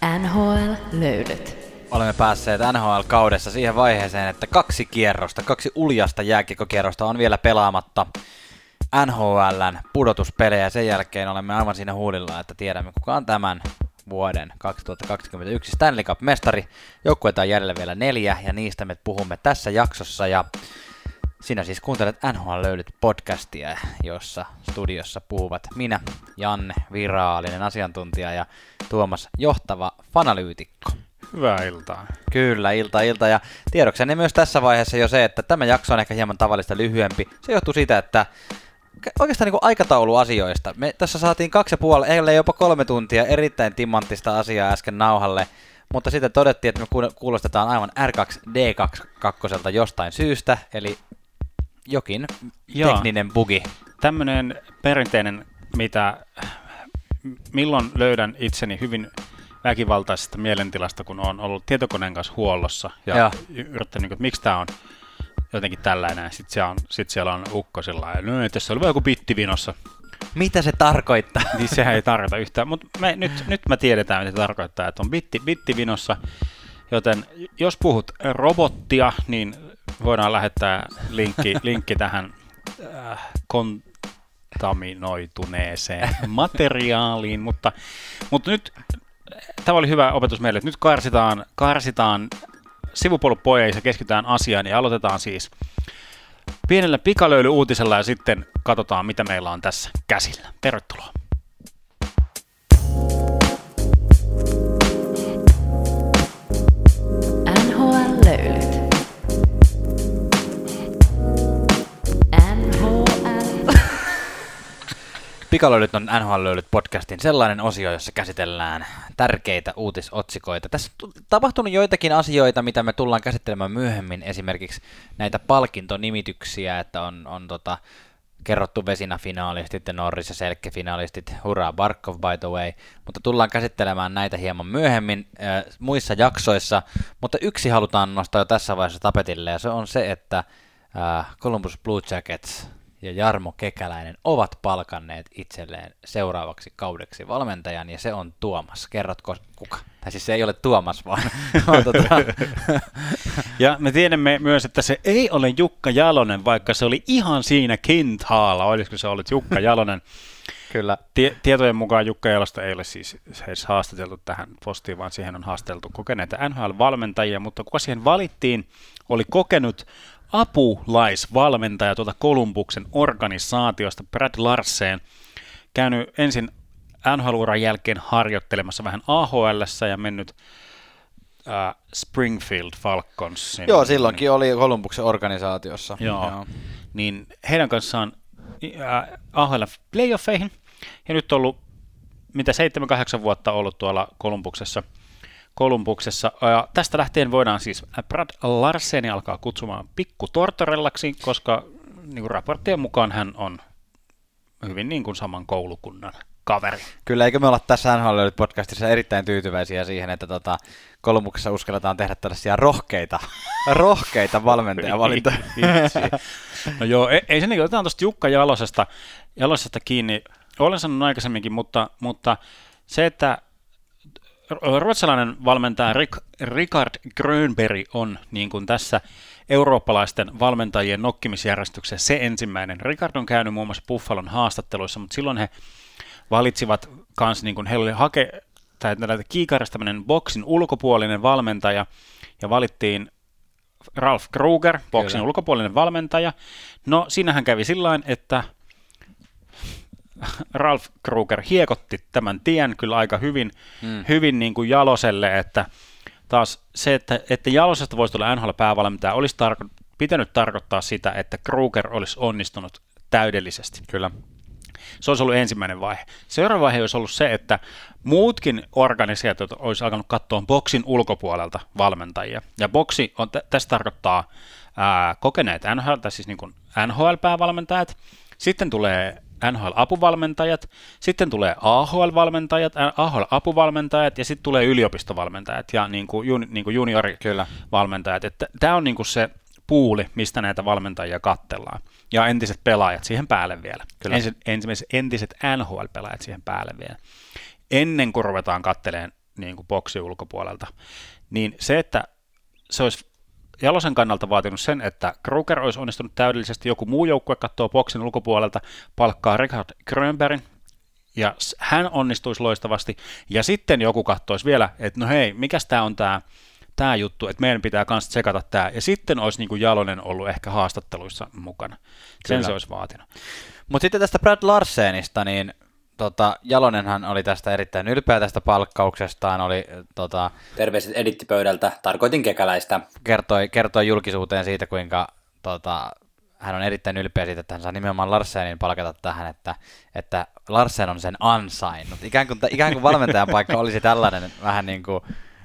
NHL-löydöt. Olemme päässeet NHL-kaudessa siihen vaiheeseen, että kaksi uljasta jääkiekkokierrosta on vielä pelaamatta NHL:n pudotuspelejä. Sen jälkeen olemme aivan siinä huulilla, että tiedämme kuka on tämän vuoden 2021 Stanley Cup-mestari. Joukkueita on jäljellä vielä 4 ja niistä me puhumme tässä jaksossa. Ja sinä siis kuuntelet NHL-löydyt podcastia, jossa studiossa puhuvat minä, Janne, virallinen asiantuntija ja Tuomas, johtava fanalyytikko. Hyvää iltaa. Kyllä, ilta. Ja tiedoksenne myös tässä vaiheessa jo se, että tämä jakso on ehkä hieman tavallista lyhyempi. Se johtuu siitä, että oikeastaan niin kuin aikatauluasioista. Me tässä saatiin 2,5, ellei jopa 3 tuntia erittäin timanttista asiaa äsken nauhalle, mutta sitten todettiin, että me kuulostetaan aivan R2D2 jostain syystä, eli jokin tekninen bugi. Tämmöinen perinteinen, milloin löydän itseni hyvin väkivaltaisesta mielentilasta, kun olen ollut tietokoneen kanssa huollossa ja yrittänyt, että miksi tämä on jotenkin tällainen. Sitten siellä on ukko sellainen, no tässä oli joku bittivinossa. Mitä se tarkoittaa? Niin sehän ei tarkoita yhtään, mutta nyt me tiedetään, mitä se tarkoittaa, että on bittivinossa, joten jos puhut robottia, niin voidaan lähettää linkki tähän kontaminoituneeseen materiaaliin, mutta nyt tämä oli hyvä opetus meille, että nyt karsitaan sivupolkupoja ja keskitytään asiaan ja aloitetaan siis pienellä pikalöyly-uutisella ja sitten katsotaan, mitä meillä on tässä käsillä. Tervetuloa. NHL-löylyt. Pikalöylyt on NHL-löylyt podcastin sellainen osio, jossa käsitellään tärkeitä uutisotsikoita. Tässä on tapahtunut joitakin asioita, mitä me tullaan käsittelemään myöhemmin, esimerkiksi näitä palkintonimityksiä, että on kerrottu Vesina-finaalistit ja Norris ja Selke-finaalistit, hurraa Barkov by the way, mutta tullaan käsittelemään näitä hieman myöhemmin muissa jaksoissa, mutta yksi halutaan nostaa jo tässä vaiheessa tapetille, ja se on se, että Columbus Blue Jackets ja Jarmo Kekäläinen ovat palkanneet itselleen seuraavaksi kaudeksi valmentajan, ja se on Tuomas. Kerrotko kuka? Tai siis se ei ole Tuomas, vaan Ja me tiedämme myös, että se ei ole Jukka Jalonen, vaikka se oli ihan siinä kintaalla. Olisiko se ollut Jukka Jalonen? Kyllä. Tietojen mukaan Jukka Jalosta ei ole siis edes haastateltu tähän postiin, vaan siihen on haastateltu kokeneita NHL-valmentajia, mutta kuka siihen valittiin, oli kokenut apulaisvalmentaja tuolta Columbuksen organisaatiosta, Brad Larsen, käynyt ensin NHL-uran jälkeen harjoittelemassa vähän AHL:ssä ja mennyt Springfield Falconsin. Joo, silloinkin oli Columbuksen organisaatiossa. Joo. Niin heidän kanssaan AHL playoffeihin ja nyt on ollut 7-8 vuotta ollut tuolla Columbuksessa. Ja tästä lähtien voidaan siis Brad Larseni alkaa kutsumaan pikku Tortorellaksi, koska niin kuin raporttien mukaan hän on hyvin niin kuin saman koulukunnan kaveri. Kyllä, eikö me olla tässä NHL-podcastissa erittäin tyytyväisiä siihen, että Columbuksessa uskalletaan tehdä tällaisia rohkeita valmentajavalintoja. No joo, ei se niin, otetaan tuosta Jukka Jalosesta kiinni. Olen sanonut aikaisemminkin, mutta se, että ruotsalainen valmentaja Richard Grönberg on niin kuin tässä eurooppalaisten valmentajien nokkimisjärjestyksessä se ensimmäinen. Richard on käynyt muun muassa Buffalon haastatteluissa, mutta silloin he valitsivat kans, niin kuin heillä oli kiikarista tämmöinen boksin ulkopuolinen valmentaja ja valittiin Ralph Kruger, boksin ulkopuolinen valmentaja. No siinähän kävi sillain, että Ralph Kruger hiekotti tämän tien kyllä aika hyvin niin kuin Jaloselle, että taas se, että Jalosesta voisi tulla NHL-päävalmentaja, olisi pitänyt tarkoittaa sitä, että Kruger olisi onnistunut täydellisesti. Kyllä. Se olisi ollut ensimmäinen vaihe. Seuraava vaihe olisi ollut se, että muutkin organisaatiot olisi alkanut katsoa boksin ulkopuolelta valmentajia. Ja boksi on tässä tarkoittaa kokeneet NHL, tai siis niin kuin NHL-päävalmentajat, sitten tulee NHL-apuvalmentajat, sitten tulee AHL-valmentajat, AHL-apuvalmentajat ja sitten tulee yliopistovalmentajat ja niin kuin juniorivalmentajat. Tämä on niin kuin se puuli, mistä näitä valmentajia katsellaan. Ja entiset pelaajat siihen päälle vielä. Entiset NHL-pelaajat siihen päälle vielä. Ennen kuin ruvetaan katselemaan niin kuin boksi ulkopuolelta, niin se, että se olisi Jalosen kannalta vaatinut sen, että Kruger olisi onnistunut täydellisesti, joku muu joukkue katsoo boksin ulkopuolelta, palkkaa Richard Grönbergin, ja hän onnistuisi loistavasti, ja sitten joku katsoisi vielä, että no hei, mikäs tämä on tämä juttu, että meidän pitää myös tsekata tämä, ja sitten olisi niin kuin Jalonen ollut ehkä haastatteluissa mukana. Sen Kyllä. se olisi vaatinut. Mutta sitten tästä Brad Larsenista, niin Jalonenhan oli tästä erittäin ylpeä tästä palkkauksestaan, Terveiset edittipöydältä, tarkoitin Kekäläistä. kertoi julkisuuteen siitä, kuinka hän on erittäin ylpeä siitä, että hän saa nimenomaan Larsenin palkata tähän, että Larsen on sen ansainnut. Ikään kuin valmentajan paikka olisi tällainen vähän niin kuin,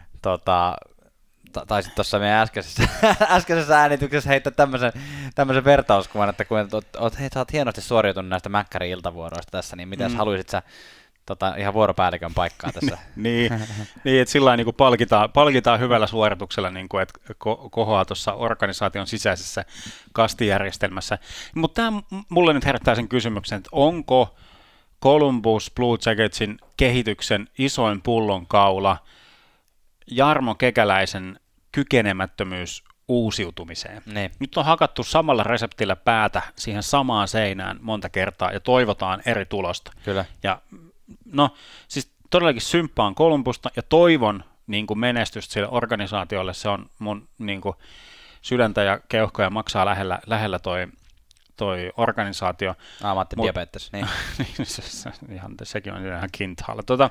taisit tuossa meidän äskeisessä äänityksessä heittää tämmöisen vertauskuvan, että kun sä oot hienosti suoriutunut näistä Mäkkärin iltavuoroista tässä, niin miten haluaisit sä ihan vuoropäällikön paikkaa tässä? niin, että sillä niin palkitaan hyvällä suorituksella, niin kuin, että kohoaa tuossa organisaation sisäisessä kastijärjestelmässä. Mutta tämä mulle nyt herättää sen kysymyksen, että onko Columbus Blue Jacketsin kehityksen isoin pullonkaula Jarmo Kekäläisen kykenemättömyys uusiutumiseen. Niin. Nyt on hakattu samalla reseptillä päätä siihen samaan seinään monta kertaa ja toivotaan eri tulosta. Kyllä. Ja no, siis todellakin symppaan Columbusta ja toivon niin kuin menestystä sille organisaatiolle. Se on mun niin kuin sydäntä ja keuhkoja maksaa lähellä toi organisaatio. Matti diabetes, niin. Sekin on ihan kintaalla.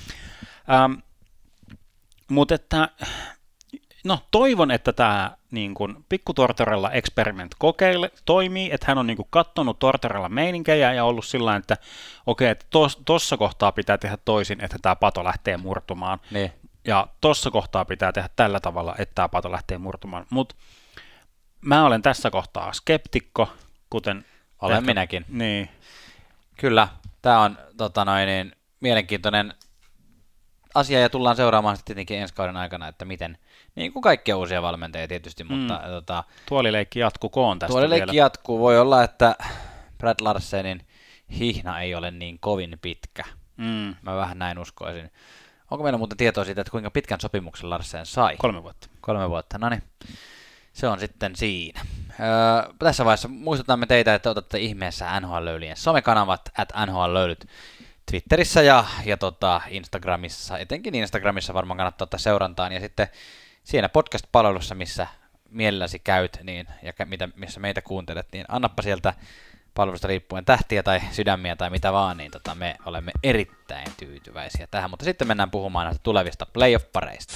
Mutta että, no toivon, että tämä niin kun Pikku Tortorella experiment toimii, että hän on niin kun kattonut Tortorella meininkejä ja ollut sillä että okei, että tuossa kohtaa pitää tehdä toisin, että tämä pato lähtee murtumaan. Niin. Ja tuossa kohtaa pitää tehdä tällä tavalla, että tämä pato lähtee murtumaan. Mutta mä olen tässä kohtaa skeptikko, kuten olen minäkin. Niin. Kyllä, tämä on mielenkiintoinen asia ja tullaan seuraamaan sitten tietenkin ensi kauden aikana, että miten, niin kuin kaikkia uusia valmentajia tietysti, mutta tuolileikki jatkukoon tästä tuolileikki vielä. jatkuu. Voi olla, että Brad Larsenin hihna ei ole niin kovin pitkä. Mä vähän näin uskoisin. Onko meillä muuten tietoa siitä, että kuinka pitkän sopimuksen Larsen sai? 3 vuotta. 3 vuotta, no niin. Se on sitten siinä. Tässä vaiheessa muistutamme teitä, että otatte ihmeessä NHL-löylien somekanavat @NHL-löylyt Twitterissä ja Instagramissa, etenkin Instagramissa varmaan kannattaa ottaa seurantaan, ja sitten siinä podcast-palvelussa, missä mielelläsi käyt ja missä meitä kuuntelet, niin annappa sieltä palvelusta riippuen tähtiä tai sydämiä tai mitä vaan, niin me olemme erittäin tyytyväisiä tähän, mutta sitten mennään puhumaan näistä tulevista playoff-pareista.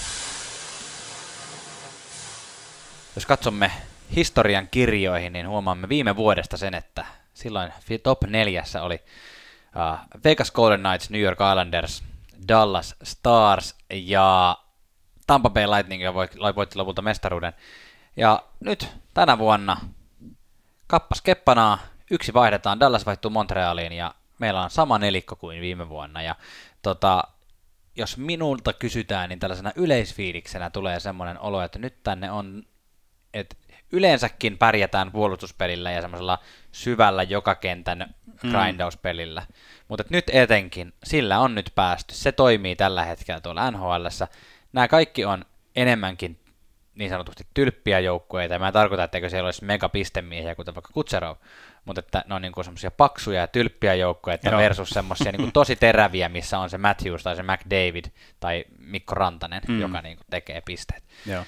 Jos katsomme historian kirjoihin, niin huomaamme viime vuodesta sen, että silloin top 4 oli Vegas Golden Knights, New York Islanders, Dallas Stars ja Tampa Bay Lightning, joka voitti lopulta mestaruuden. Ja nyt tänä vuonna kappas keppanaa, 1 vaihdetaan, Dallas vaihtuu Montrealiin ja meillä on sama nelikko kuin viime vuonna. Ja jos minulta kysytään, niin tällaisena yleisfiiliksenä tulee semmoinen olo, että nyt tänne on, että yleensäkin pärjätään puolustuspelillä ja semmoisella syvällä joka kentän grindauspelillä. Mutta nyt etenkin, sillä on nyt päästy. Se toimii tällä hetkellä tuolla NHL:ssä. Nämä kaikki on enemmänkin niin sanotusti tylppiä joukkueita. Mä en tarkoita, etteikö siellä olisi megapistemiehiä, kuten vaikka Kutserov, mutta että ne on niinku semmoisia paksuja ja tylppiä joukkueita versus semmoisia niinku tosi teräviä, missä on se Matthews tai se McDavid tai Mikko Rantanen, joka niinku tekee pisteet. Joo.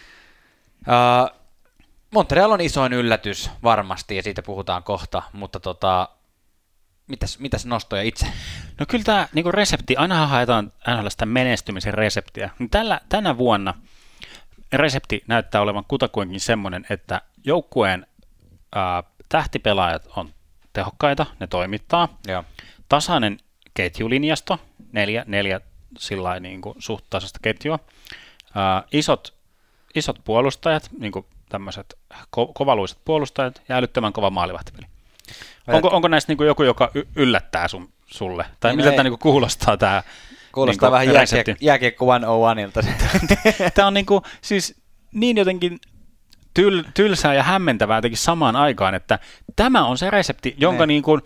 Montreal on isoin yllätys varmasti, ja siitä puhutaan kohta, mutta mitäs nostoja itse? No kyllä tämä niinku resepti, ainahan haetaan NHL:stä menestymisen reseptiä. Tänä vuonna resepti näyttää olevan kutakuinkin semmoinen, että joukkueen tähtipelaajat on tehokkaita, ne toimittaa. Joo. Tasainen ketjulinjasto, neljä sillain niin kuin suht tasaista ketjua. Isot puolustajat, niin kuin tämmöiset kovaluiset puolustajat ja älyttömän kova maalivahtipeli. Onko näistä niin kuin joku, joka yllättää sulle? Tai miltä tämä niin kuulostaa tämä? Kuulostaa niin vähän jääkiekko 101-ilta. Tämä on siis niin jotenkin tylsää ja hämmentävää jotenkin samaan aikaan, että tämä on se resepti, jonka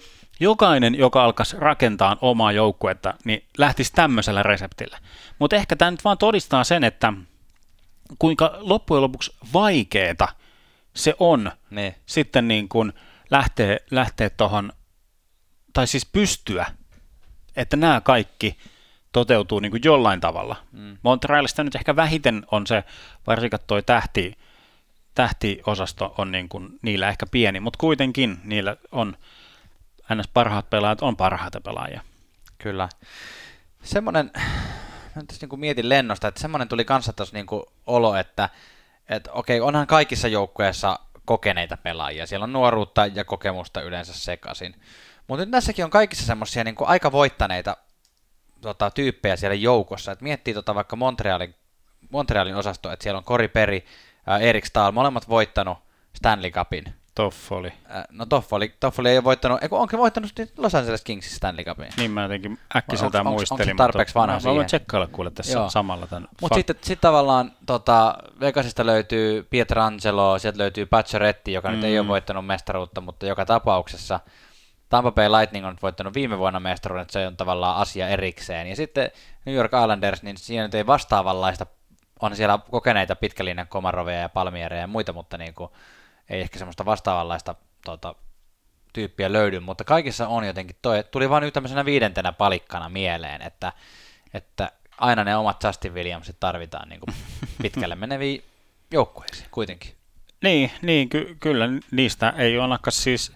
jokainen, joka alkaisi rakentaa omaa joukkuetta, niin lähtisi tämmöisellä reseptillä. Mutta ehkä tämä nyt vaan todistaa sen, että kuinka loppujen lopuksi vaikeeta se on sitten niin kuin lähteä tuohon, tai siis pystyä, että nämä kaikki toteutuu niin kuin jollain tavalla. Montrealista nyt ehkä vähiten on se, varsinkin toi tähtiosasto on niin kuin, niillä ehkä pieni, mutta kuitenkin niillä on ns. Parhaat pelaajat on parhaita pelaajia. Kyllä. Semmoinen, mä tässä niin mietin lennosta, että semmoinen tuli kanssa tuossa niin olo, että okei, onhan kaikissa joukkueissa kokeneita pelaajia. Siellä on nuoruutta ja kokemusta yleensä sekaisin. Mutta nyt nässäkin on kaikissa semmoisia niin aika voittaneita tyyppejä siellä joukossa. Et miettii vaikka Montrealin osasto, että siellä on Corey Perry, Erik Staal, molemmat voittanut Stanley Cupin. Toffoli. No Toffoli ei ole voittanut, onko voittanut Los Angeles Kingsin Stanley Cupin? Niin mä jotenkin äkkiseltään muistelin. Onko tarpeeksi vanha siihen? Mä voin tsekkailla kuule tässä samalla tämän. Mutta sitten tavallaan Vegasista löytyy Pietrangelo, sieltä löytyy Pacioretty, joka nyt ei ole voittanut mestaruutta, mutta joka tapauksessa Tampa Bay Lightning on voittanut viime vuonna mestaruuden, että se on tavallaan asia erikseen. Ja sitten New York Islanders, niin siinä nyt ei vastaavanlaista, on siellä kokeneita pitkälinjan Komaroveja ja Palmiereja ja muita, mutta niin kuin ei ehkä semmoista vastaavanlaista tyyppiä löydy, mutta kaikissa on jotenkin tuli vaan nyt tämmöisenä 5. palikkana mieleen, että aina ne omat Justin Williamsit tarvitaan niin kuin pitkälle meneviä joukkueiksi kuitenkin. Niin kyllä niistä ei ainakaan siis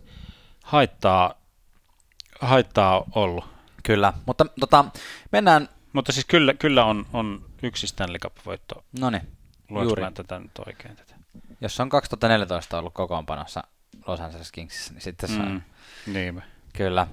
haittaa ollut. Kyllä, mutta mennään. Mutta siis kyllä on yksi Stanley Cup-voitto. Noniin, juuri. Tätä nyt oikein tätä. Jos on 2014 ollut kokoonpanossa Los Angeles Kingsissä, niin sitten se on. Niin. Kyllä.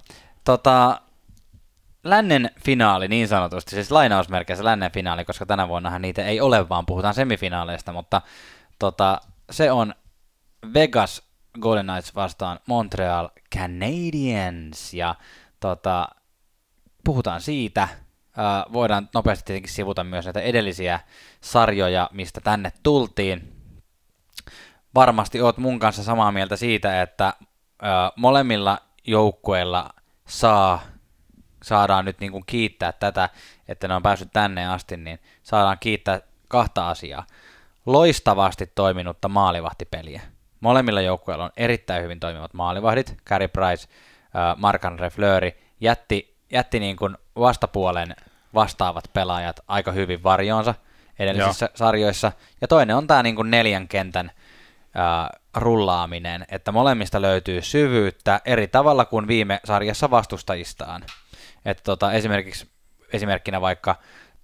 Lännen finaali niin sanotusti, siis lainausmerkeissä lännen finaali, koska tänä vuonnahan niitä ei ole, vaan puhutaan semifinaaleista, mutta se on Vegas Golden Knights vastaan Montreal Canadiens, ja puhutaan siitä. Voidaan nopeasti tietenkin sivuta myös näitä edellisiä sarjoja, mistä tänne tultiin. Varmasti oot mun kanssa samaa mieltä siitä, että molemmilla joukkueilla saadaan nyt niin kuin kiittää tätä, että ne on päässyt tänne asti, niin saadaan kiittää 2 asiaa. Loistavasti toiminutta maalivahtipeliä. Molemmilla joukkueilla on erittäin hyvin toimivat maalivahdit. Carey Price, Marc-Andre Fleury jätti niin kuin vastapuolen vastaavat pelaajat aika hyvin varjoonsa edellisissä sarjoissa. Ja toinen on tämä niin kuin 4 kentän rullaaminen, että molemmista löytyy syvyyttä eri tavalla kuin viime sarjassa vastustajistaan. Että esimerkkinä vaikka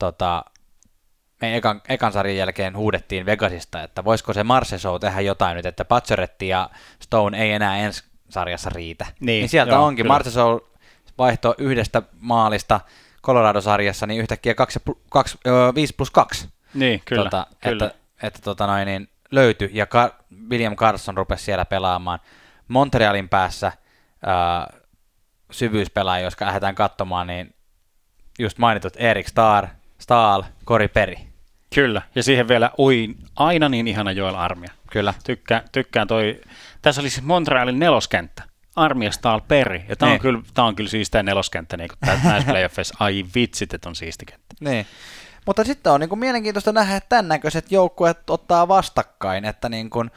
me ekan sarjan jälkeen huudettiin Vegasista, että voisiko se Marchessault tehdä jotain nyt, että Pacioretty ja Stone ei enää ensi sarjassa riitä. Niin sieltä onkin Marchessault vaihto 1 maalista Colorado-sarjassa, niin yhtäkkiä 5+2. Niin, kyllä. Että löytyi, ja William Karlsson rupesi siellä pelaamaan. Montrealin päässä syvyyspelaajia, jos lähdetään katsomaan, niin just mainitut Erik Staal, Corey Perry. Kyllä, ja siihen vielä aina niin ihana Joel Armia. Kyllä. Tykkään tässä oli siis Montrealin 4. kenttä. Armia, Staal, Perry. Ja tämä on kyllä siistiä 4. kenttä, niin kuin näissä playoffeissa. Ai vitsit, että on siisti kenttä. Niin. Mutta sitten on niin kuin mielenkiintoista nähdä, että tämän näköiset joukkueet ottaa vastakkain, että niin kuin,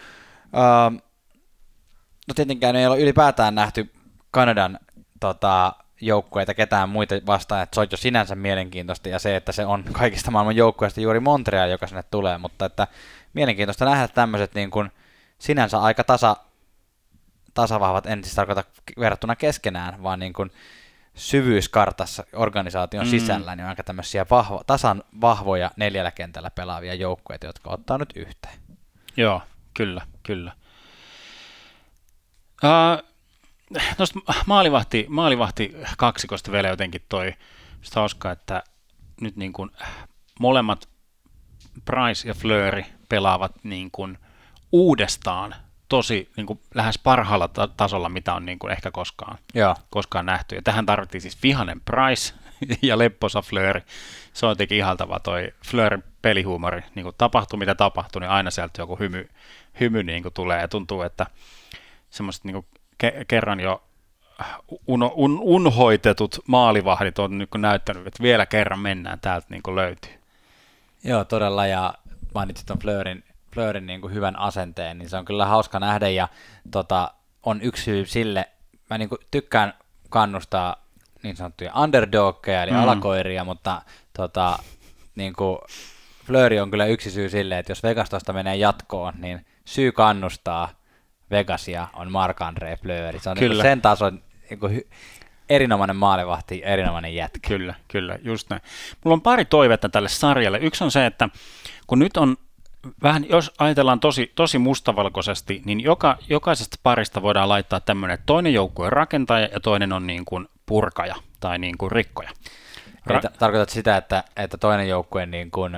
no tietenkään ei ole ylipäätään nähty Kanadan joukkueita ketään muita vastaan, että se on jo sinänsä mielenkiintoista, ja se, että se on kaikista maailman joukkueista juuri Montreal, joka sinne tulee, mutta että mielenkiintoista nähdä tämmöiset niin kuin sinänsä aika tasavahvat, en siis tarkoita verrattuna keskenään, vaan niin kuin syvyyskartassa organisaation sisällä, niin on aika tämmöisiä tasan vahvoja 4 kentällä pelaavia joukkueita, jotka ottaa nyt yhteen. Joo, kyllä. Tuosta maalivahti kaksikosta vielä jotenkin toi hauskaa, että nyt niin kuin molemmat Price ja Fleury pelaavat niin kuin uudestaan tosi niin kuin lähes parhaalla tasolla, mitä on niin kuin ehkä koskaan nähty. Ja tähän tarvittiin siis vihainen Price ja lepposa Fleury. Se on jotenkin ihaltavaa toi Fleuryn pelihuumori. Niin kuin tapahtui mitä tapahtui, niin aina sieltä joku hymy niin kuin tulee ja tuntuu, että semmoiset niin kuin kerran jo unhoitetut maalivahdit on nyt näyttänyt, että vielä kerran mennään täältä niin kuin löytyy. Joo, todella, ja mainitsit tuon Fleurin niin kuin hyvän asenteen, niin se on kyllä hauska nähdä, ja on yksi syy sille, mä niin kuin tykkään kannustaa niin sanottuja underdoggeja, eli alakoiria, mutta niin kuin Fleury on kyllä yksi syy sille, että jos Vegas tuosta menee jatkoon, niin syy kannustaa Vegasia on Marc-André Fleury. Se on niin sen tason niin erinomainen maalivahti, erinomainen jätkä. Kyllä, just näin. Mulla on pari toivetta tälle sarjalle. Yksi on se, että kun nyt on vähän, jos ajatellaan tosi mustavalkoisesti, niin jokaisesta parista voidaan laittaa tämmöinen, että toinen joukkue on rakentaja ja toinen on niin kuin purkaja tai niin kuin rikkoja. Tarkoitat sitä, että toinen joukkue niin kuin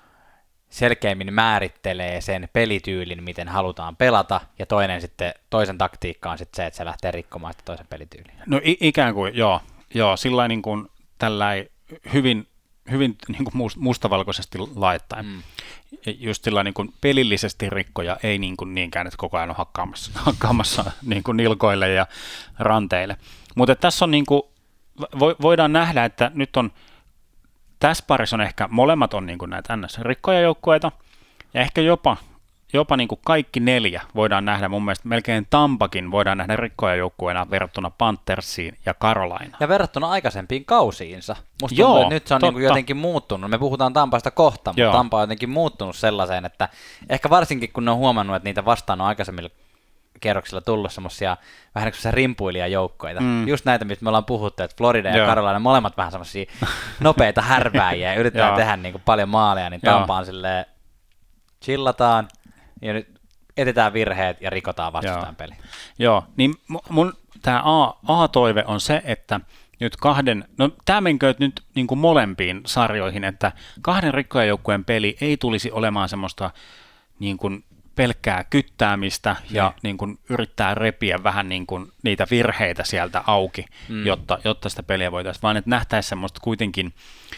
selkeämmin määrittelee sen pelityylin, miten halutaan pelata, ja toisen taktiikka on sitten se, että se lähtee rikkomaan sitä toisen pelityylin. No ikään kuin, joo sillain niin kuin tällainen hyvin niin kuin mustavalkoisesti laittaen. Just sillä niin kuin pelillisesti rikkoja, ei niin kuin niinkään, että koko ajan on hakkaamassa niin kuin nilkoille ja ranteille. Mutta tässä on niin kuin, voidaan nähdä, että nyt on tässä parissa on ehkä molemmat on niin kuin näitä NS-rikkoja joukkueita, ja ehkä jopa niin kuin kaikki neljä voidaan nähdä, mun mielestä melkein Tampakin voidaan nähdä rikkoja joukkueena verrattuna Panthersiin ja Carolinaan. Ja verrattuna aikaisempiin kausiinsa. Musta tuntuu, että nyt se on niin kuin jotenkin muuttunut. Me puhutaan Tampasta kohta, mutta Tampa on jotenkin muuttunut sellaiseen, että ehkä varsinkin kun ne on huomannut, että niitä vastaan on aikaisemmilla kierroksilla tullut semmoisia vähän niin kuin rimpuilijajoukkoita. Just näitä, mistä me ollaan puhuttu, että Florida ja Carolina molemmat vähän semmoisia nopeita härvääjiä ja yritetään tehdä niin kuin paljon maaleja, niin Tampa on silleen chillataan ja nyt etetään virheet ja rikotaan vastustajan peli. Joo, niin mun tämä A-toive on se, että nyt tämä menköön nyt niin kuin molempiin sarjoihin, että kahden rikkojajoukkueen peli ei tulisi olemaan semmoista niin kuin pelkkää kyttäämistä ja niin kuin yrittää repiä vähän niin kuin niitä virheitä sieltä auki, jotta sitä peliä voitaisiin, vaan että nähtäisiin semmoista kuitenkin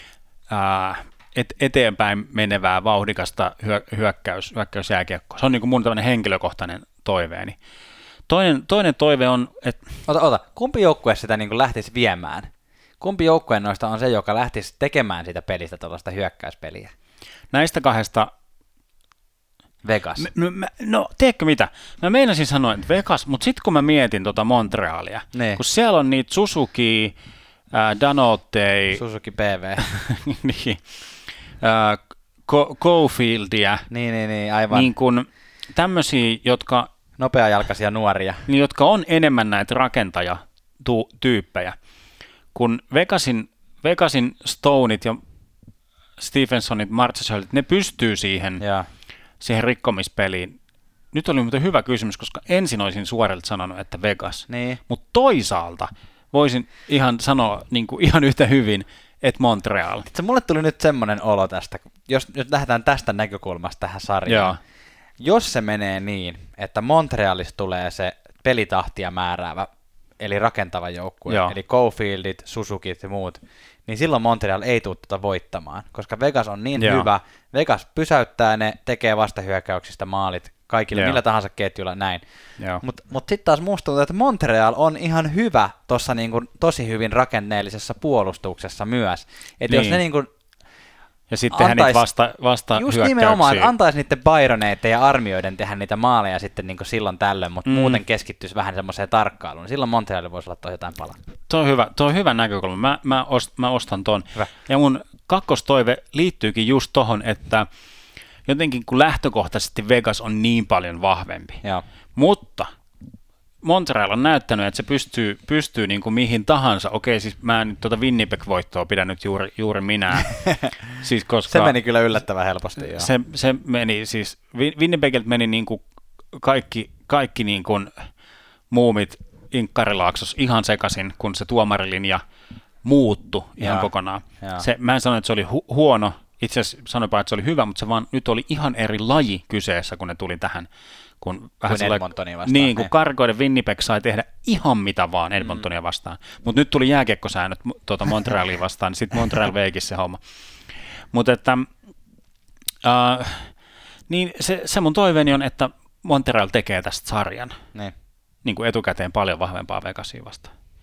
eteenpäin menevää vauhdikasta hyökkäysjääkiekkoa. Se on niin kuin mun tämmöinen henkilökohtainen toiveeni. Toinen toive on, että kumpi joukkue sitä niin kuin lähtisi viemään? Kumpi joukkue noista on se, joka lähtisi tekemään sitä pelistä tuollaista hyökkäyspeliä? Näistä kahdesta Vegas. No, tiedätkö mitä? Mä meinasin sanoa, että Vegas, mutta sitten kun mä mietin Montrealia, kun siellä on niitä Suzuki, Danotei, Suzuki PV, niin, Cofieldia, niin, aivan. Niin kuin tämmöisiä, jotka nopeajalkaisia nuoria, niin, jotka on enemmän näitä rakentajatyyppejä, kun Vegasin Stoneit ja Stephensonit, Marchessault, ne pystyy siihen rikkomispeliin. Nyt oli muuten hyvä kysymys, koska ensin olisin suorilta sanonut, että Vegas, mutta toisaalta voisin ihan sanoa niin kuin ihan yhtä hyvin, että Montreal. Mulle tuli nyt semmoinen olo tästä, jos lähdetään tästä näkökulmasta tähän sarjaan. Jos se menee niin, että Montrealista tulee se pelitahtia määräävä, eli rakentava joukkue, eli Cofieldit, Suzukit ja muut, niin silloin Montreal ei tule tuota voittamaan, koska Vegas on niin hyvä. Vegas pysäyttää ne, tekee vastahyökkäyksistä maalit kaikille, millä tahansa ketjulla, näin. Mutta sitten taas musta tuntuu, että Montreal on ihan hyvä tuossa niinku tosi hyvin rakenteellisessa puolustuksessa myös. Että jos ne niinku ja sitten tehdä niitä vasta just nimenomaan, antaisi niiden Byroneiden ja armioiden tehdä niitä maaleja sitten niin silloin tällöin, mutta muuten keskittyisi vähän semmoiseen tarkkailuun. Silloin Montrealilla voisi olla jotain palaa. Tuo on hyvä näkökulma. Mä ostan ton. Hyvä. Ja mun kakkostoive liittyykin just tohon, että jotenkin kun lähtökohtaisesti Vegas on niin paljon vahvempi, mutta Montreal on näyttänyt, että se pystyy niin kuin mihin tahansa. Okei, siis mä en tuota Winnipeg-voittoa pidä nyt juuri minä. Siis koska se meni kyllä yllättävän helposti. Se meni siis, Winnipegiltä meni niin kuin kaikki niin kuin muumit Inkkarilaaksossa ihan sekaisin, kun se tuomarilinja muuttui ihan kokonaan. Mä en sano, että se oli huono. Itse asiassa sanoipa, että se oli hyvä, mutta se vaan nyt oli ihan eri laji kyseessä, kun ne tuli tähän. Kun Edmontonia vastaan. Niin, kun karkoiden Winnipeg sai tehdä ihan mitä vaan Edmontonia vastaan. Mutta nyt tuli jääkiekkosäännöt Montrealia vastaan, niin sitten Montreal veikin se homma. Mutta että niin se mun toiveeni on, että Montreal tekee tästä sarjan niin kuin etukäteen paljon vahvempaa Vegasia vastaan.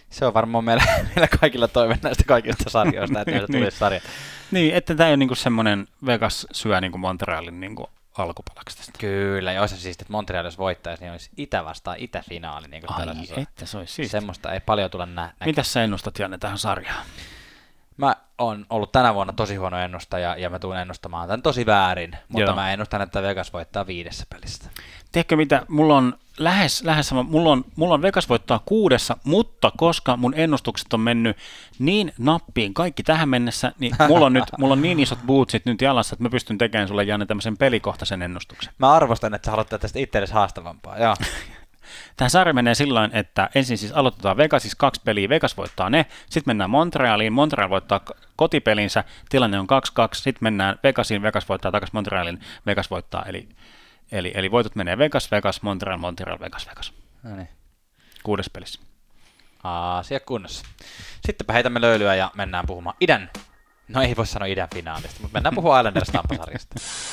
Se on varmaan meillä kaikilla toive näistä kaikista sarjoista, että meillä tulisi sarja. Niin, että tämä ei ole niinku semmoinen Vegas syö niinku Montrealin niinku alkupalaksi tästä. Kyllä, ja olisi siis, että Montreal jos voittaisi, niin olisi Itä vastaan Itä-finaali. Niin että se olisi siisti. Semmoista ei paljon tule Mitäs sä ennustat, Janne, tähän sarjaan? Mä oon ollut tänä vuonna tosi huono ennustaja, ja mä tuun ennustamaan tämän tosi väärin, mutta mä ennustan, että Vegas voittaa 5 pelistä. Tiedätkö mitä, mulla on lähes sama, mulla on Vegas voittaa 6, mutta koska mun ennustukset on mennyt niin nappiin kaikki tähän mennessä, niin mulla on niin isot bootsit nyt jalassa, että mä pystyn tekemään sulle, Janne, tämmöisen pelikohtaisen ennustuksen. Mä arvostan, että sä haluat tästä itsellesi haastavampaa, joo. Tämä sarja menee sillain, että ensin siis aloitetaan Vegasissa 2 peliä, Vegas voittaa ne, sitten mennään Montrealiin, Montreal voittaa kotipelinsä, tilanne on 2-2, sitten mennään Vegasiin, Vegas voittaa takaisin Montrealin, Vegas voittaa, eli voitot menee Vegas, Montreal, Vegas. No niin. 6 pelissä. Asia kunnossa. Sittenpä heitämme löylyä ja mennään puhumaan no ei voi sanoa idän finaalista, mutta mennään puhumaan Islanders Tampa-sarjasta.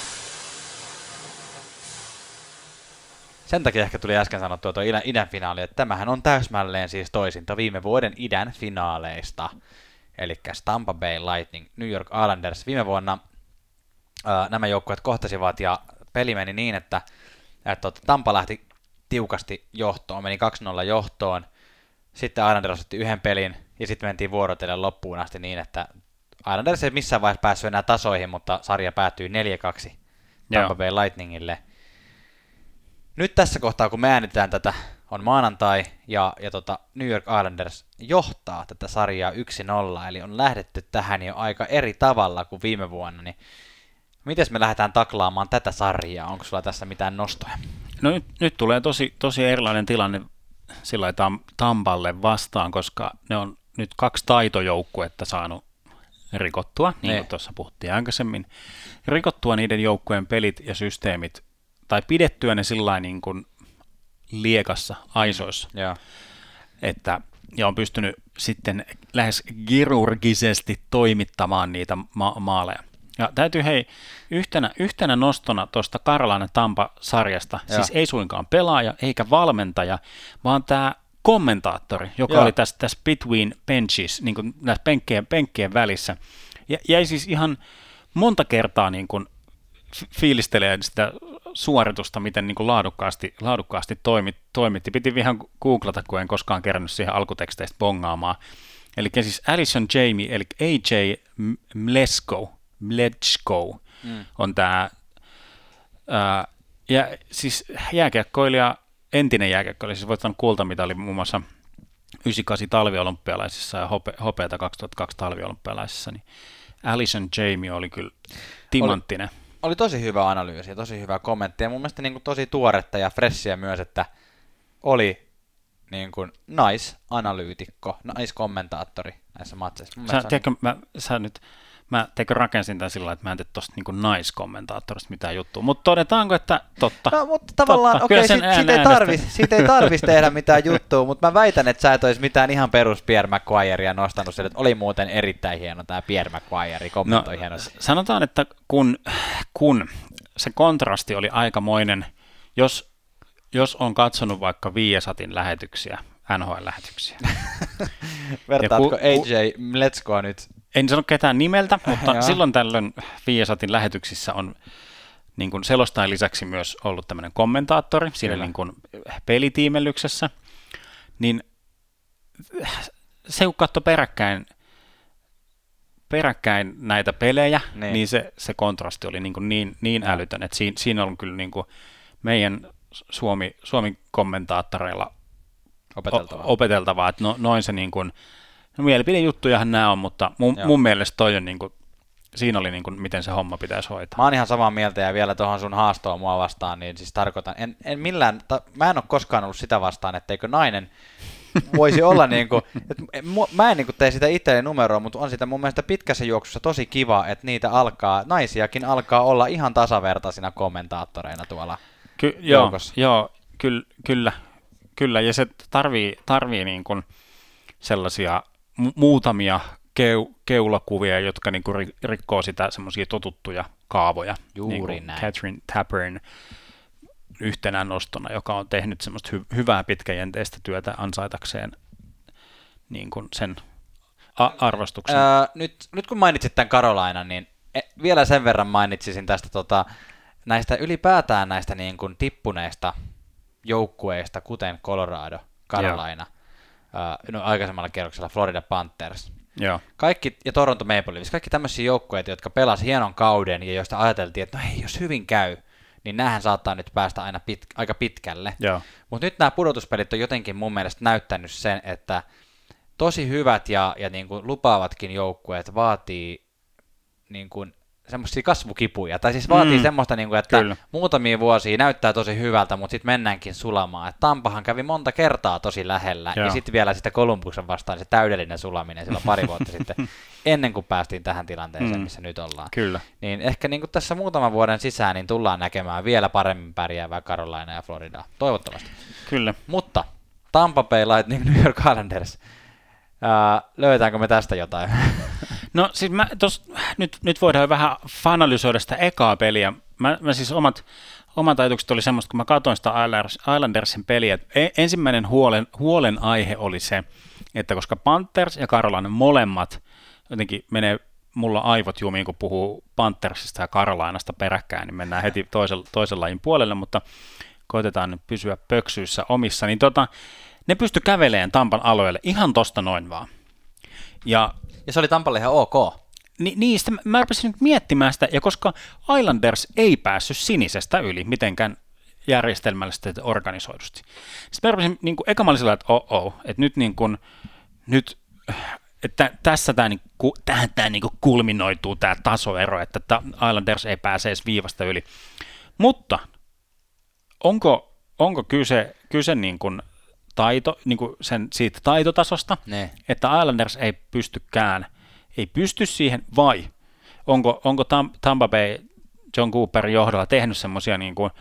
Sen takia ehkä tuli äsken sanottua tuo idän finaali, että tämähän on täysmälleen siis toisinta viime vuoden idän finaaleista. Eli Tampa Bay Lightning, New York Islanders. Viime vuonna nämä joukkueet kohtasivat ja peli meni niin, että Tampa lähti tiukasti johtoon, meni 2-0 johtoon. Sitten Islanders otti 1 pelin ja sitten mentiin vuorotellen loppuun asti niin, että Islanders ei missään vaiheessa päässyt enää tasoihin, mutta sarja päättyi 4-2 Tampa Bay Lightningille. Nyt tässä kohtaa, kun me äänitään tätä, on maanantai ja New York Islanders johtaa tätä sarjaa 1-0, eli on lähdetty tähän jo aika eri tavalla kuin viime vuonna, niin miten me lähdetään taklaamaan tätä sarjaa? Onko sulla tässä mitään nostoja? No nyt tulee tosi erilainen tilanne sillä Tampalle vastaan, koska ne on nyt 2 taitojoukkuetta saanut rikottua, niin kuin tuossa puhuttiin aikaisemmin, rikottua niiden joukkueen pelit ja systeemit, tai pidettyä ne sillain niin kuin liekassa, aisoissa, ja on pystynyt sitten lähes kirurgisesti toimittamaan niitä maaleja. Ja täytyy yhtenä nostona tuosta Carolina Tampa-sarjasta, siis ei suinkaan pelaaja eikä valmentaja, vaan tämä kommentaattori, joka oli tässä between benches, niin kuin näissä penkkien välissä, ja jäi siis ihan monta kertaa niin kuin fiilistelee sitä suoritusta, miten niin kuin laadukkaasti toimitti. Piti vähän googlata, kun en koskaan kerännyt siihen alkuteksteistä bongaamaan. Eli siis Allison Jamie, eli AJ Mlečko on tämä ja siis jääkiekkoilija, entinen jääkiekkoilija, siis voittanut kultamitali muun muassa 98 talviolympialaisissa ja hopeata 2002 talviolympialaisissa, niin Allison Jamie oli kyllä timanttinen. Oli tosi hyvä analyysi ja tosi hyvä kommentti ja mun mielestä niin kuin tosi tuoretta ja freshia myös, että oli niin kuin naisanalyytikko, naiskommentaattori näissä matseissa. Mä rakensin tämän sillä, että mä en tee tuosta niin naiskommentaattorista mitään juttua, mutta todetaanko, että totta? No, mutta tavallaan, okei, siitä ei tarvitsisi tehdä mitään juttua, mutta mä väitän, että sä et olisi mitään ihan perus Pierre McGuirea nostanut sille, että oli muuten erittäin hieno tämä Pierre McGuire, kommentoi hienosti. Sanotaan, että kun se kontrasti oli aikamoinen, jos on katsonut vaikka Viasatin lähetyksiä, NHL-lähetyksiä. Vertaatko AJ Mlečkoa nyt? En sano ketään nimeltä, mutta silloin tällöin Viasatin lähetyksissä on niin kuin selostajan lisäksi myös ollut tämmöinen kommentaattori siinä niin kuin pelitiimellyksessä, niin se kun katsoi peräkkäin näitä pelejä, niin se kontrasti oli niin älytön, että siinä on kyllä niin kuin meidän Suomen kommentaattoreilla opeteltavaa, että noin se niin kuin, mielipidejuttujahan nämä on, mutta mun mielestä toi on niin kuin, siinä oli niin kuin, miten se homma pitäisi hoitaa. Mä oon ihan samaa mieltä ja vielä tuohon sun haastoon mua vastaan, niin siis tarkoitan, mä en ole koskaan ollut sitä vastaan, etteikö nainen voisi olla niin kuin, mä en niin kuin tee sitä itselleni numeroa, mutta on sitä mun mielestä pitkässä juoksussa tosi kiva, että naisiakin alkaa olla ihan tasavertaisina kommentaattoreina tuolla joukossa. Joo, kyllä, ja se tarvii niin kuin sellaisia muutamia keulakuvia, jotka niin kuin rikkoo sitä semmoisia totuttuja kaavoja. Juuri niin näin. Catherine Tapparin yhtenä nostona, joka on tehnyt semmoista hyvää pitkäjänteistä työtä ansaitakseen niin kuin sen arvostuksen. Nyt kun mainitsit tämän Carolinan, niin vielä sen verran mainitsisin tästä näistä ylipäätään näistä niin kuin tippuneista joukkueista, kuten Colorado, Carolina, aikaisemmalla kierroksella Florida Panthers. Joo. Kaikki, ja Toronto Maple Leafs, kaikki tämmöisiä joukkueita, jotka pelasivat hienon kauden ja joista ajateltiin, että no hei, jos hyvin käy, niin näähän saattaa nyt päästä aina aika pitkälle. Mutta nyt nämä pudotuspelit on jotenkin mun mielestä näyttänyt sen, että tosi hyvät ja niin kuin lupaavatkin joukkueet vaatii niin kuin semmoisia kasvukipuja, tai siis vaatii semmoista, niin kuin, että kyllä, muutamia vuosia näyttää tosi hyvältä, mutta sitten mennäänkin sulamaan. Et Tampahan kävi monta kertaa tosi lähellä, ja sitten vielä sitä Columbuksen vastaan se täydellinen sulaminen silloin pari vuotta sitten, ennen kuin päästiin tähän tilanteeseen, missä nyt ollaan. Kyllä. Niin ehkä niin kuin tässä muutaman vuoden sisään niin tullaan näkemään vielä paremmin pärjäävää Carolina ja Floridaa, toivottavasti. Kyllä. Mutta Tampa Bay Lightning, New York Islanders, löytäänkö me tästä jotain? No siis nyt voidaan vähän analysoida sitä ekaa peliä. Mä siis omat ajatukset oli semmoista, kun mä katsoin sitä Islandersin peliä, että ensimmäinen huolenaihe oli se, että koska Panthers ja Carolina molemmat, jotenkin menee mulla aivot jumiin, kun puhuu Panthersista ja Carolinasta peräkkäin, niin mennään heti toisen lajin puolelle, mutta koitetaan nyt pysyä pöksyissä omissa, niin ne pysty kävelemään Tampan alueelle ihan tosta noin vaan. Ja se oli Tampalle ihan ok. Niin, mä rupesin nyt miettimään sitä, ja koska Islanders ei päässyt sinisestä yli mitenkään järjestelmällisesti ja organisoidusti. Sitten mä rupesin, niin kuin, eka mä olin sillä, että että tässä tämä niin kulminoituu tämä tasoero, että Islanders ei pääse edes viivasta yli. Mutta onko kyse niin kuin niin kuin siitä taitotasosta, että Islanders ei pysty siihen, vai onko Tampa Bay John Cooperin johdolla tehnyt semmoisia niin kuin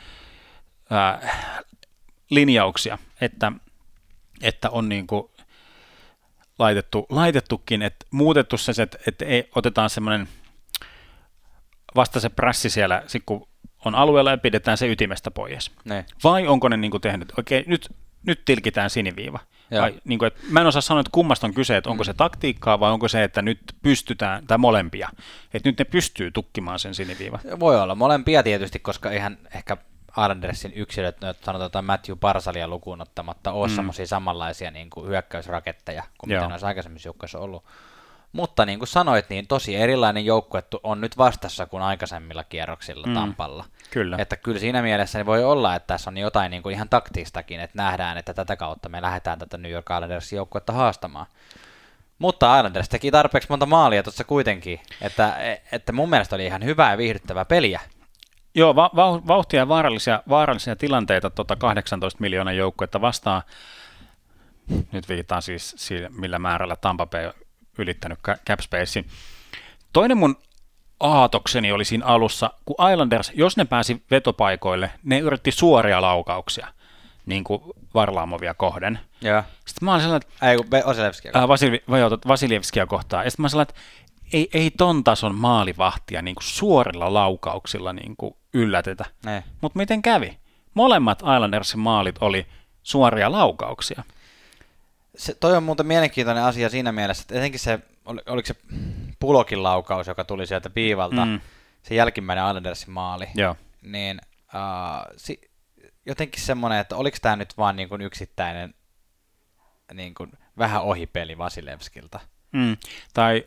linjauksia, että on niin kuin laitettukin, että muutettu se, että ei otetaan semmoinen vasta se prässi siellä, kun on alueella ja pidetään se ytimestä pois. Vai onko ne niin kuin tehnyt, okei, nyt tilkitään siniviiva. Vai, niin kuin, että mä en osaa sanoa, että kummasta on kyse, että onko se taktiikkaa vai onko se, että nyt pystytään, tai molempia, että nyt ne pystyy tukkimaan sen siniviiva. Voi olla molempia tietysti, koska eihän ehkä Islandersin yksilöt, sanotaan Matthew Barsalia lukuun ottamatta, ole semmoisia samanlaisia niin kuin hyökkäysraketteja kuin mitä noissa aikaisemmissa joukkoissa on ollut. Mutta niin kuin sanoit, niin tosi erilainen joukkue on nyt vastassa kuin aikaisemmilla kierroksilla Tampalla. Kyllä. Että kyllä siinä mielessä niin voi olla, että tässä on jotain niin kuin ihan taktistakin, että nähdään, että tätä kautta me lähdetään tätä New York Islandersin joukkuetta haastamaan. Mutta Islanders teki tarpeeksi monta maalia tuossa kuitenkin, että mun mielestä oli ihan hyvää ja viihdyttävää peliä. Joo, vauhtia ja vaarallisia tilanteita 18 miljoonan joukkuetta vastaan. Nyt viitaan siis siinä, millä määrällä Tampa Bay ylittänyt cap spacein. Toinen mun aatokseni oli siinä alussa, kun Islanders, jos ne pääsi vetopaikoille, ne yritti suoria laukauksia, niin kuin Varlamovia kohden. Joo. Sitten mä olin sellainen, Vasilevskia kohtaan. Ja sitten mä olin sellainen, että ei ton tason maalivahtia niin kuin suorilla laukauksilla niin kuin yllätetä. Mutta miten kävi? Molemmat Islandersin maalit oli suoria laukauksia. Toi on muuten mielenkiintoinen asia siinä mielessä, että etenkin se, oliko se Pulokin laukaus, joka tuli sieltä viivalta, se jälkimmäinen Islandersin maali, niin jotenkin semmoinen, että oliko tämä nyt vaan niin kuin yksittäinen niin kuin vähän ohipeli Vasilevskilta? Tai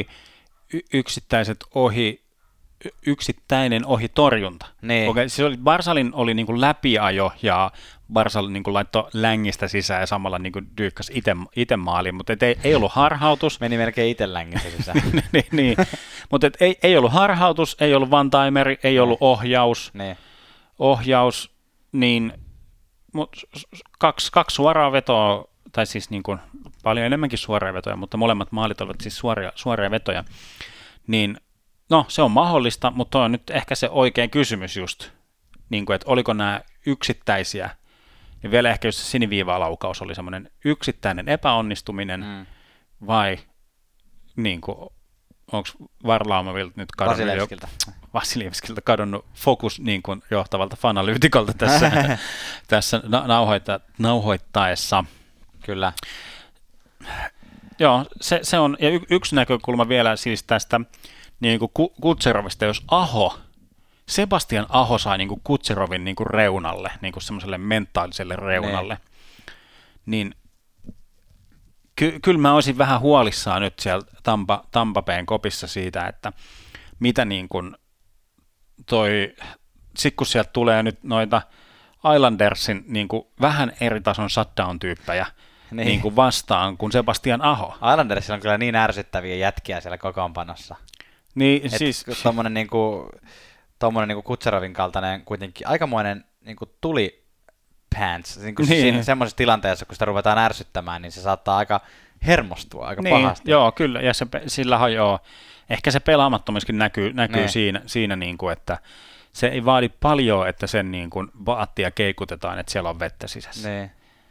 yksittäinen ohitorjunta. Niin. Okay, siis Barsalin oli niin kuin läpiajo ja Barsal niin kuin laittoi längistä sisään ja samalla niin kuin dyykkäsi itse maaliin, mutta ei ollut harhautus. Meni melkein itse längistä sisään. niin. Mutta ei ollut harhautus, ei ollut one-timeri, ei ollut ohjaus, niin kaksi suoraa vetoa, tai siis niin kuin paljon enemmänkin suoria vetoja, mutta molemmat maalit olivat siis suoria vetoja, niin no, se on mahdollista, mutta on nyt ehkä se oikein kysymys just, niin kuin, että oliko nämä yksittäisiä, ja vielä ehkä just se siniviiva-laukaus oli semmoinen yksittäinen epäonnistuminen, vai niin kuin, onko Varlamovilta nyt kadonnut Vasilevskilta kadonnut fokus niin kuin johtavalta fanalyytikolta tässä nauhoittaessa. Kyllä. Joo, se on, ja yksi näkökulma vielä siis tästä niin kuin Kutserovista, jos Sebastian Aho sai niin kuin Kutserovin niin kuin reunalle, niin kuin semmoiselle mentaaliselle reunalle, niin kyllä mä olisin vähän huolissaan nyt siellä Tampa Bayn kopissa siitä, että mitä niin kuin sit kun sieltä tulee nyt noita Islandersin niin kuin vähän eri tason shutdown-tyyppejä niin kuin vastaan kuin Sebastian Aho. Islandersilla on kyllä niin ärsyttäviä jätkiä siellä kokoonpanossa. Niin, siis tommonen niinku Kutserovin kaltainen kuitenkin aikamoinen niinku tuli pants. Niin. Semmoisessa tilanteessa, kun sitä ruvetaan ärsyttämään, niin se saattaa aika hermostua aika pahasti. Joo, kyllä. Ja sillä on ehkä se pelaamattomiskin näkyy siinä niin kuin, että se ei vaadi paljon, että sen niin kuin vaattia keikutetaan, että siellä on vettä sisässä. Niin.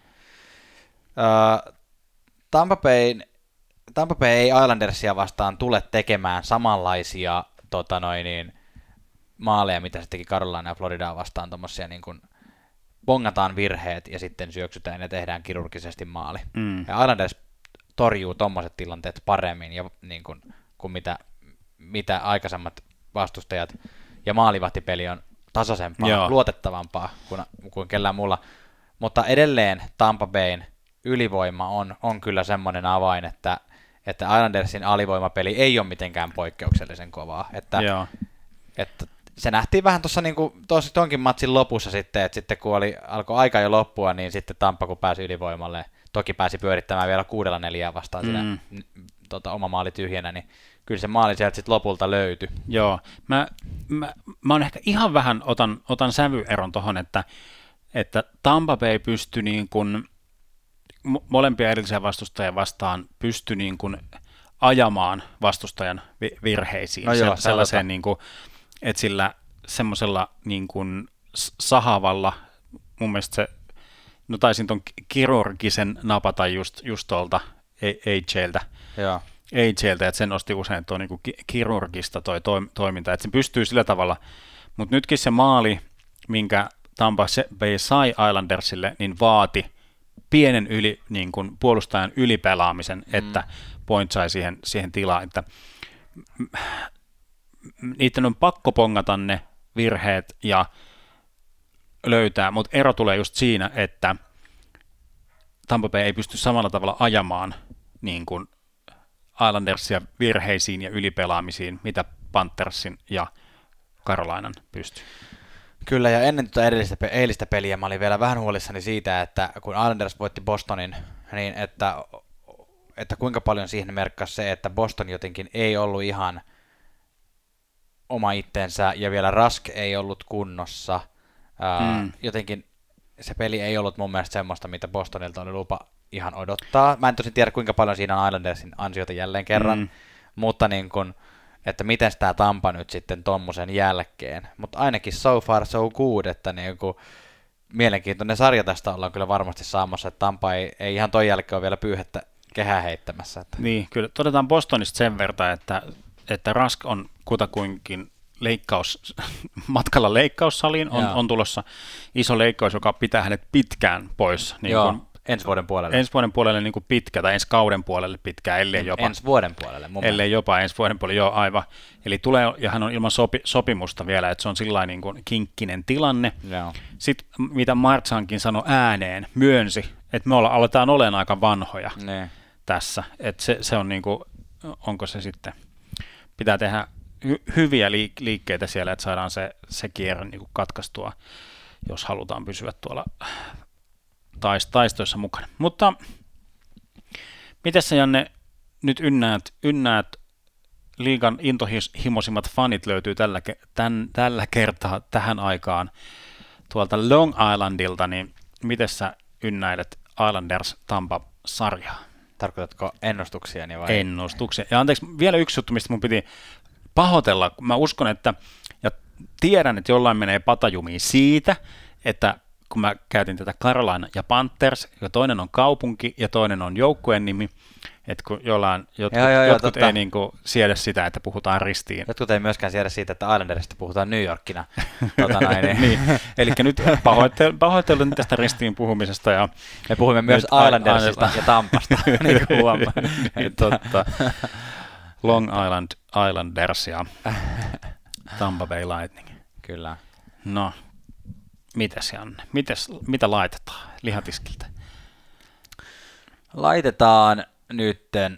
Tampa Bay ei Islandersia vastaan tule tekemään samanlaisia maaleja, mitä se teki Carolina ja Floridaa vastaan, tommosia niin kuin bongataan virheet ja sitten syöksytään ja tehdään kirurgisesti maali. Ja Islanders torjuu tommoset tilanteet paremmin ja niin kuin mitä aikaisemmat vastustajat, ja maalivahtipeli on tasaisempaa, luotettavampaa kuin kellään muulla. Mutta edelleen Tampa Bayn ylivoima on kyllä semmoinen avain, että Islandersin alivoimapeli ei ole mitenkään poikkeuksellisen kovaa. Että se nähtiin vähän tuossa niinku, tonkin matsin lopussa sitten, että sitten kun alkoi aika jo loppua, niin sitten Tampa kun pääsi ylivoimalle, toki pääsi pyörittämään vielä 6-4 vastaan siinä oma maali tyhjänä, niin kyllä se maali sieltä sitten lopulta löytyi. Joo, mä on ehkä ihan vähän otan sävyeron tuohon, että Tampa Bay pystyi niin kuin molempia edellisiä vastustajia vastaan pystyi niin kuin ajamaan vastustajan virheisiin. No sellaiseen niin kuin, että sillä semmoisella niin kuin sahavalla, mun mielestä se, no taisin ton kirurgisen napata just tuolta AJltä. Joo. AJltä, että sen nosti usein tuo niin kirurgista toiminta, että se pystyy sillä tavalla, mutta nytkin se maali, minkä Tampa Bay sai Islandersille, niin vaati pienen niin kuin puolustajan ylipelaamisen, että Point sai siihen tilaan, että niiden on pakko pongata ne virheet ja löytää, mutta ero tulee just siinä, että Tampa Bay ei pysty samalla tavalla ajamaan niin kuin Islandersia virheisiin ja ylipelaamisiin, mitä Panthersin ja Carolinan pystyy. Kyllä, ja ennen tuota eilistä peliä mä olin vielä vähän huolissani siitä, että kun Islanders voitti Bostonin, niin että kuinka paljon siihen merkkasi se, että Boston jotenkin ei ollut ihan oma itsensä, ja vielä Rask ei ollut kunnossa. Jotenkin se peli ei ollut mun mielestä semmoista, mitä Bostonilta oli lupa ihan odottaa. Mä en tosin tiedä, kuinka paljon siinä on Islandersin ansiota jälleen kerran, mutta niin kun, että miten tämä Tampa nyt sitten tommosen jälkeen. Mutta ainakin so far so good, että niin kun, mielenkiintoinen sarja tästä ollaan kyllä varmasti saamassa, että Tampa ei ihan ton jälkeen ole vielä pyyhettä kehää heittämässä. Että. Niin, kyllä todetaan Bostonista sen verran, että Rask on kutakuinkin matkalla leikkaussaliin, on tulossa iso leikkaus, joka pitää hänet pitkään pois. Niin ensi vuoden puolelle. Ensi vuoden puolelle niin kuin pitkä, tai ensi kauden puolelle pitkään, ellei jopa. Ensi vuoden puolelle, ellei jopa ensi vuoden puolelle, joo aivan. Eli tulee, ja hän on ilman sopimusta vielä, että se on sillain niin kuin kinkkinen tilanne. Joo. Sitten mitä Martsankin sanoi ääneen, myönsi, että me aletaan olemaan aika vanhoja tässä. Että se on niin kuin, onko se sitten, pitää tehdä hyviä liikkeitä siellä, että saadaan se kierre niin kuin katkaistua, jos halutaan pysyä tuolla taistoissa mukana. Mutta miten sä, Janne, nyt ynnäät liigan intohimoisimmat fanit löytyy tällä kertaa tähän aikaan tuolta Long Islandilta, niin miten sä ynnäilet Islanders Tampa-sarjaa? Tarkoitatko ennustuksiani vai? Ennustuksia. Ja anteeksi, vielä yksi juttu, mistä mun piti pahoitella. Mä uskon, että, ja tiedän, että jollain menee patajumiin siitä, että kun mä käytin tätä Carolina ja Panthers, ja toinen on kaupunki ja toinen on joukkueen nimi, että kun jotkut totta. ei niinku siedä sitä, että puhutaan ristiin. Jotkut ei myöskään siedä siitä, että Islandersista puhutaan New Yorkina. Niin. Eli nyt pahoittelen tästä ristiin puhumisesta. Ja me puhumme myös Islandersista ja Tampasta, niin kuin huomaa. Niin, totta. Long Island Islanders ja Tampa Bay Lightning. Kyllä. No, mitäs Janne? Mitä laitetaan lihatiskiltä? Laitetaan nytten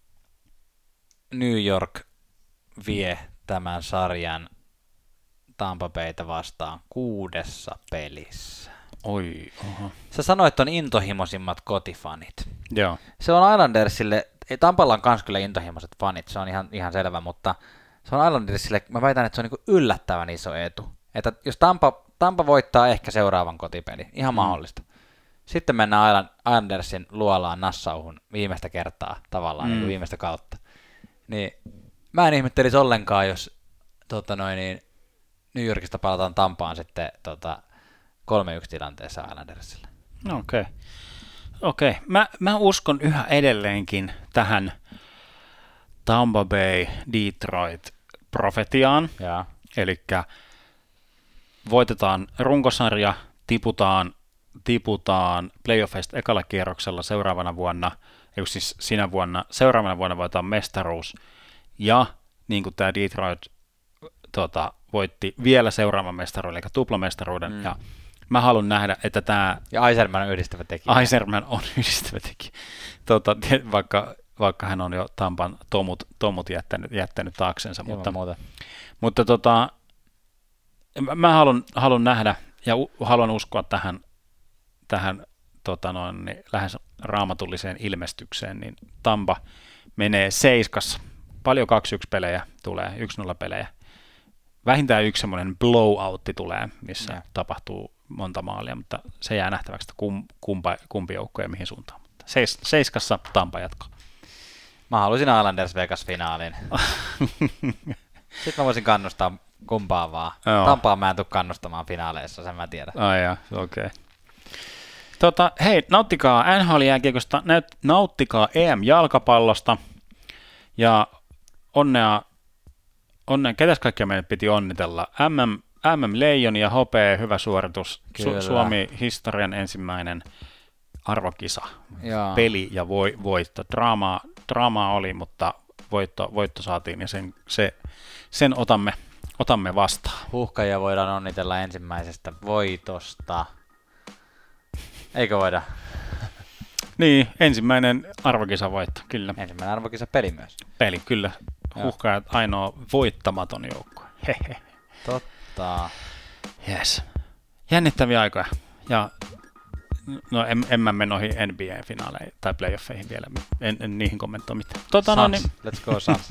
New York vie tämän sarjan Tampa Baytä vastaan 6 pelissä. Oi, oho. Sä sanoit on intohimoisimmat kotifanit. Joo. Se on Islandersille, Tampalla on kans kyllä intohimoiset fanit, se on ihan selvä, mutta se on Islandersille, mä väitän, että se on niinku yllättävän iso etu. Että jos Tampa voittaa ehkä seuraavan kotipeli, ihan mahdollista. Sitten mennään Islandersin luolaan Nassauhun viimeistä kertaa tavallaan, niin viimeistä kautta. Niin mä en ihmettelisi ollenkaan, jos New Yorkista palataan Tampaan sitten 3-1 tilanteessa Islandersille. Okei. Mä uskon yhä edelleenkin tähän Tampa Bay Detroit profetiaan. Elikkä voitetaan runkosarja, tiputaan playoffeista ekalla kierroksella seuraavana vuonna, seuraavana vuonna voitetaan mestaruus, ja niin kuin tämä Detroit voitti vielä seuraavan mestaruuden, eli tuplamestaruuden, ja mä haluan nähdä, että tämä... Ja Yzerman on yhdistävä tekijä. Yzerman on yhdistävä tekijä, vaikka hän on jo Tampan tomut jättänyt taaksensa, mutta mä haluan nähdä ja haluan uskoa tähän lähes raamatulliseen ilmestykseen, niin Tampa menee 7. Paljon 2-1 pelejä tulee, 1-0 pelejä. Vähintään yksi semmoinen blowoutti tulee, missä tapahtuu monta maalia, mutta se jää nähtäväksi, että kumpi joukko ja mihin suuntaan. 7 Tampa jatko. Mä haluaisin Islanders Vegas-finaalin. Sitten mä voisin kannustaa kumpaa vaan. Tampaa mä en tule kannustamaan finaaleissa, sen mä tiedän. Okei. Hei, nauttikaa NHL-jääkiekosta, nauttikaa EM-jalkapallosta ja onnea, ketäs kaikkia meidän piti onnitella? MM Leijon ja Hopea, hyvä suoritus. Suomi historian ensimmäinen arvokisa, peli ja voitto. Draamaa oli, mutta voitto saatiin ja sen otamme vastaan. Huuhkajia voidaan onnitella ensimmäisestä voitosta. Eikö voida? Niin, ensimmäinen arvokisavoitto, kyllä. Ensimmäinen arvokisapeli myös. Peli, kyllä. Huuhkajat ainoa voittamaton joukko. Totta. Yes. Jännittäviä aikoja. Ja no en mä mene noihin NBA-finaaleihin tai playoffeihin vielä. En niihin kommentoi mitään. Let's go Suns.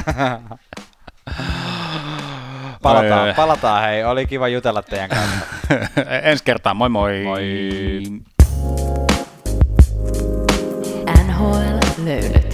Palataan hei. Oli kiva jutella teidän kanssa. Ensi kertaa. Moi moi. Moi. NHL löydöt.